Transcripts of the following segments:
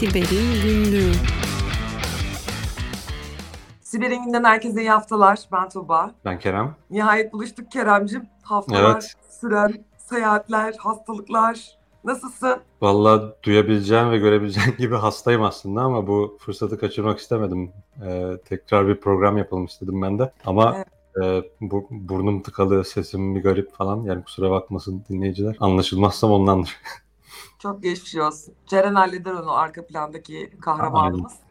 Siber'in Günlüğü. Siber'in Günden herkese iyi haftalar. Ben Tuğba. Ben Kerem. Nihayet buluştuk Kerem'cim. Haftalar Evet. süren seyahatler, hastalıklar. Nasılsın? Vallahi duyabileceğin ve görebileceğin gibi hastayım aslında ama bu fırsatı kaçırmak istemedim. Tekrar bir program yapalım istedim ben de. Ama bu burnum tıkalı, sesim bir garip falan. Yani kusura bakmasın dinleyiciler. Anlaşılmazsam ondandır. Çok geçmiş olsun. Ceren halleder onu, arka plandaki Aynen. kahramanımız.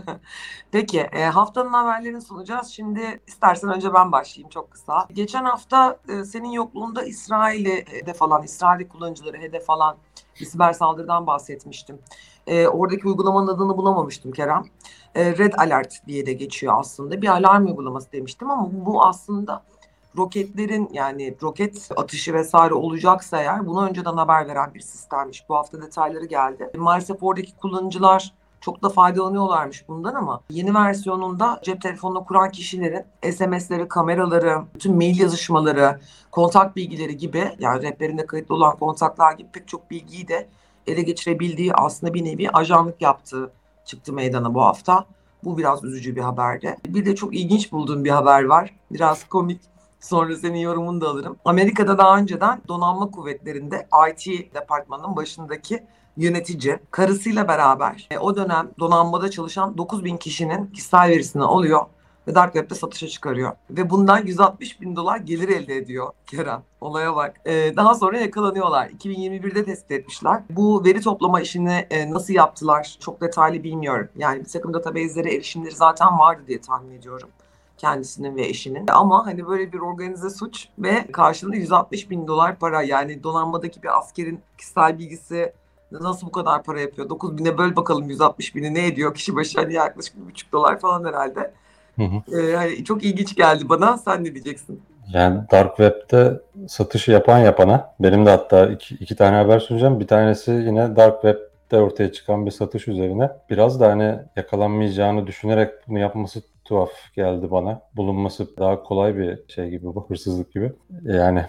Peki, haftanın haberlerini sunacağız. Şimdi istersen önce ben başlayayım çok kısa. Geçen hafta senin yokluğunda İsrail'i hedef alan, İsrail kullanıcıları hedef alan bir siber saldırıdan bahsetmiştim. Oradaki uygulamanın adını bulamamıştım Kerem. Red Alert diye de geçiyor aslında. Bir alarm uygulaması demiştim ama bu aslında roketlerin, yani roket atışı vesaire olacaksa eğer bunu önceden haber veren bir sistemmiş. Bu hafta detayları geldi. Maalesef oradaki kullanıcılar çok da faydalanıyorlarmış bundan ama yeni versiyonunda cep telefonunu kuran kişilerin SMS'leri, kameraları, bütün mail yazışmaları, kontak bilgileri gibi, yani rehberinde kayıtlı olan kontaklar gibi pek çok bilgiyi de ele geçirebildiği, aslında bir nevi ajanlık yaptığı çıktı meydana bu hafta. Bu biraz üzücü bir haberdi. Bir de çok ilginç bulduğum bir haber var. Biraz komik. Sonra senin yorumunu da alırım. Amerika'da daha önceden donanma kuvvetlerinde IT departmanının başındaki yönetici karısıyla beraber o dönem donanmada çalışan 9.000 kişinin kişisel verisini alıyor ve Dark Web'de satışa çıkarıyor. Ve bundan 160 bin dolar gelir elde ediyor Kerem. Olaya bak. Daha sonra yakalanıyorlar. 2021'de tespit etmişler. Bu veri toplama işini nasıl yaptılar çok detaylı bilmiyorum. Yani bir takım database'lere erişimleri zaten vardı diye tahmin ediyorum, kendisinin ve eşinin. Ama hani böyle bir organize suç ve karşılığında 160 bin dolar para, yani donanmadaki bir askerin kişisel bilgisi nasıl bu kadar para yapıyor? 9 bine böl bakalım 160 bini ne ediyor? Kişi başı hani yaklaşık $1,5 falan herhalde. Hı hı. Hani çok ilginç geldi bana. Sen ne diyeceksin? Yani Dark Web'de satışı yapan yapana, benim de hatta iki tane haber sunacağım. Bir tanesi yine Dark Web'de ortaya çıkan bir satış üzerine. Biraz da hani yakalanmayacağını düşünerek bunu yapması tuhaf geldi bana. Bulunması daha kolay bir şey gibi, bu hırsızlık gibi. Yani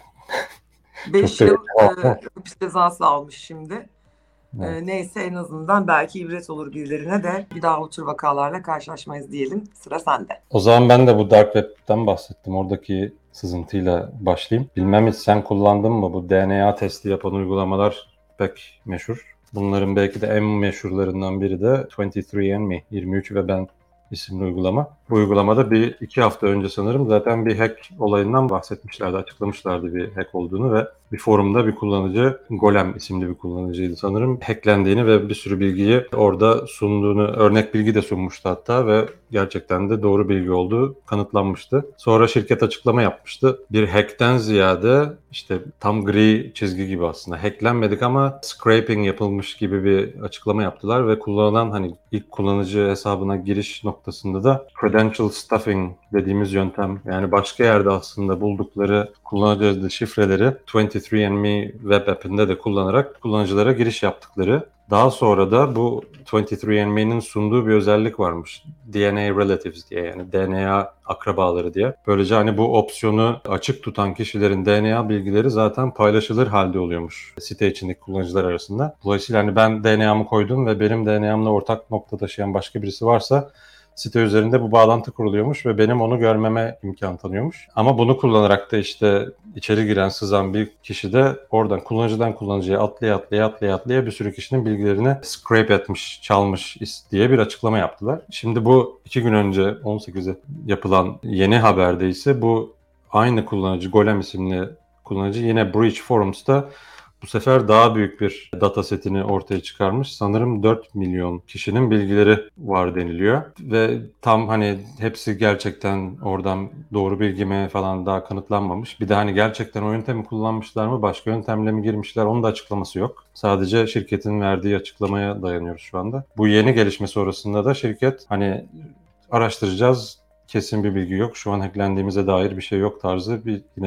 çok 5 da yıl tuhaf. hapis cezası almış şimdi. Evet. Neyse, en azından belki ibret olur birilerine de, bir daha o tür vakalarla karşılaşmayız diyelim. Sıra sende. O zaman ben de bu Dark Web'den bahsettim. Oradaki sızıntıyla başlayayım. Bilmem hiç sen kullandın mı? Bu DNA testi yapan uygulamalar pek meşhur. Bunların belki de en meşhurlarından biri de 23andMe, 23 ve Ben isimli uygulama. Bu uygulamada bir iki hafta önce sanırım zaten bir hack olayından bahsetmişlerdi, açıklamışlardı bir hack olduğunu ve bir forumda bir kullanıcı, Golem isimli bir kullanıcıydı sanırım, hacklendiğini ve bir sürü bilgiyi orada sunduğunu, örnek bilgi de sunmuştu hatta ve gerçekten de doğru bilgi olduğu kanıtlanmıştı. Sonra şirket açıklama yapmıştı. Bir hackten ziyade işte tam gri çizgi gibi aslında hacklenmedik ama scraping yapılmış gibi bir açıklama yaptılar ve kullanılan hani ilk kullanıcı hesabına giriş noktasında da credential stuffing dediğimiz yöntem, yani başka yerde aslında buldukları kullanıcı adı şifreleri 23andMe web app'inde de kullanarak kullanıcılara giriş yaptıkları. Daha sonra da bu 23andMe'nin sunduğu bir özellik varmış. DNA Relatives diye, yani DNA akrabaları diye. Böylece hani bu opsiyonu açık tutan kişilerin DNA bilgileri zaten paylaşılır halde oluyormuş site içindeki kullanıcılar arasında. Dolayısıyla hani ben DNA'mı koydum ve benim DNA'mla ortak nokta taşıyan başka birisi varsa site üzerinde bu bağlantı kuruluyormuş ve benim onu görmeme imkan tanıyormuş. Ama bunu kullanarak da işte içeri giren, sızan bir kişi de oradan kullanıcıdan kullanıcıya atlaya bir sürü kişinin bilgilerini scrape etmiş, çalmış diye bir açıklama yaptılar. Şimdi bu 2 gün önce 18'e yapılan yeni haberde ise bu aynı kullanıcı, Golem isimli kullanıcı yine Breach Forums'ta bu sefer daha büyük bir data setini ortaya çıkarmış. Sanırım 4 milyon kişinin bilgileri var deniliyor. Ve tam hani hepsi gerçekten oradan doğru bilgi mi falan daha kanıtlanmamış. Bir de hani gerçekten o yöntemi kullanmışlar mı, başka yöntemle mi girmişler, onun da açıklaması yok. Sadece şirketin verdiği açıklamaya dayanıyoruz şu anda. Bu yeni gelişme sonrasında da şirket hani araştıracağız, kesin bir bilgi yok, şu an hacklendiğimize dair bir şey yok tarzı yine bir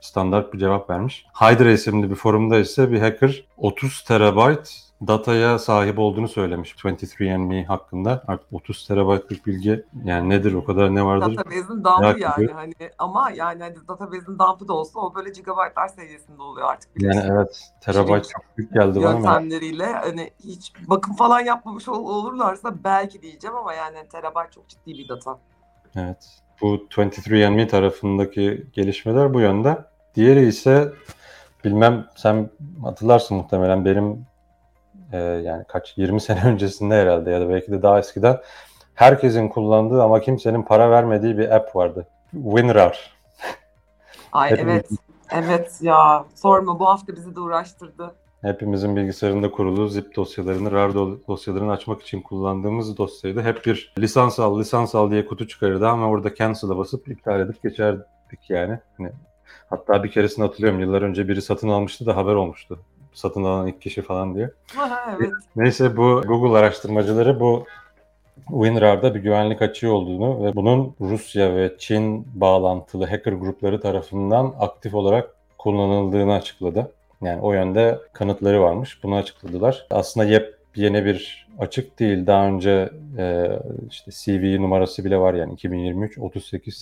standart bir cevap vermiş. Hydra isimli bir forumda ise bir hacker 30 terabayt dataya sahip olduğunu söylemiş 23andMe hakkında. Artık 30 terabaytlık bilgi yani nedir, o kadar ne vardır Database'in dump'ı merak yani ediyorum. hani, ama yani hani database'in dump'ı da olsa o böyle gigabaytlar seviyesinde oluyor artık, Yani bilirsin. evet, terabayt Shrink çok büyük geldi bana. yöntemleriyle hani hiç bakım falan yapmamış olurlarsa belki diyeceğim, ama yani terabayt çok ciddi bir data. Evet. Bu 23andMe tarafındaki gelişmeler bu yönde. Diğeri ise bilmem, sen hatırlarsın muhtemelen, benim yani kaç 20 sene öncesinde herhalde ya da belki de daha eskiden herkesin kullandığı ama kimsenin para vermediği bir app vardı. WinRAR. Ay Hepimiz, evet. Evet ya, sorma, bu hafta bizi de uğraştırdı. hepimizin bilgisayarında kurulu zip dosyalarını, RAR dosyalarını açmak için kullandığımız dosyaydı. Hep bir lisans al diye kutu çıkarırdı ama orada cancel'a basıp iptal edip geçerdik yani. Hani, hatta bir keresini hatırlıyorum, yıllar önce biri satın almıştı da haber olmuştu. Satın alan ilk kişi falan diye. Aha, evet. Neyse, bu Google araştırmacıları bu WinRAR'da bir güvenlik açığı olduğunu ve bunun Rusya ve Çin bağlantılı hacker grupları tarafından aktif olarak kullanıldığını açıkladı. Yani o yönde kanıtları varmış. Bunu açıkladılar. Aslında yepyeni bir açık değil. Daha önce işte CV numarası bile var, yani 2023 38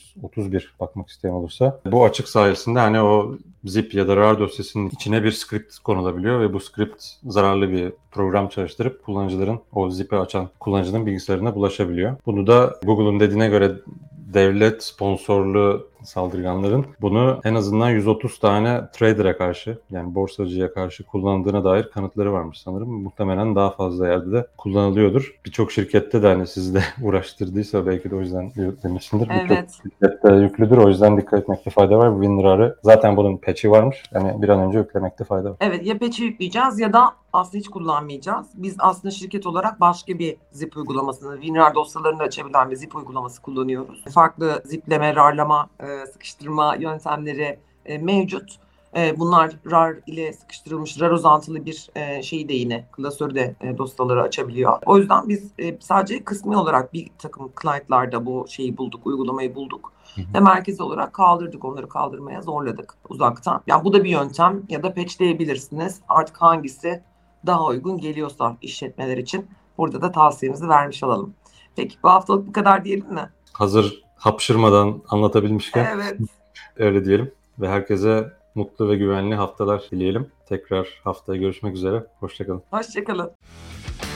831 bakmak isteyen olursa. Bu açık sayesinde hani o zip ya da RAR dosyasının içine bir script konulabiliyor ve bu script zararlı bir program çalıştırıp kullanıcıların, o zip'i açan kullanıcının bilgisayarına bulaşabiliyor. Bunu da Google'un dediğine göre devlet sponsorlu saldırganların bunu en azından 130 tane trader'a karşı, yani borsacıya karşı kullandığına dair kanıtları varmış sanırım. Muhtemelen daha fazla yerde de kullanılıyordur. Birçok şirkette de, hani sizi de uğraştırdıysa belki de o yüzden demişsindir. Birçok Evet. şirkette yüklüdür. O yüzden dikkat etmekte fayda var. WinRAR'ı zaten bunun patch'i varmış. Yani bir an önce yüklemekte fayda var. Evet, ya patch'i yükleyeceğiz ya da aslında hiç kullanmayacağız. Biz aslında şirket olarak başka bir zip uygulamasını, WinRAR dosyalarını açabilen bir zip uygulaması kullanıyoruz. Farklı zipleme, rarlama, sıkıştırma yöntemleri mevcut. Bunlar RAR ile sıkıştırılmış, RAR uzantılı bir şeyi de, yine klasörü de dosyaları açabiliyor. O yüzden biz sadece kısmi olarak bir takım client'larda bu şeyi bulduk, uygulamayı bulduk. Ve merkezi olarak kaldırdık, onları kaldırmaya zorladık uzaktan. Yani bu da bir yöntem, ya da patchleyebilirsiniz. Artık hangisi daha uygun geliyorsa işletmeler için, burada da tavsiyemizi vermiş olalım. Peki, bu haftalık bu kadar diyelim mi? Hazır hapşırmadan anlatabilmişken Evet. öyle diyelim ve herkese mutlu ve güvenli haftalar dileyelim. Tekrar haftaya görüşmek üzere. Hoşça kalın. Hoşçakalın.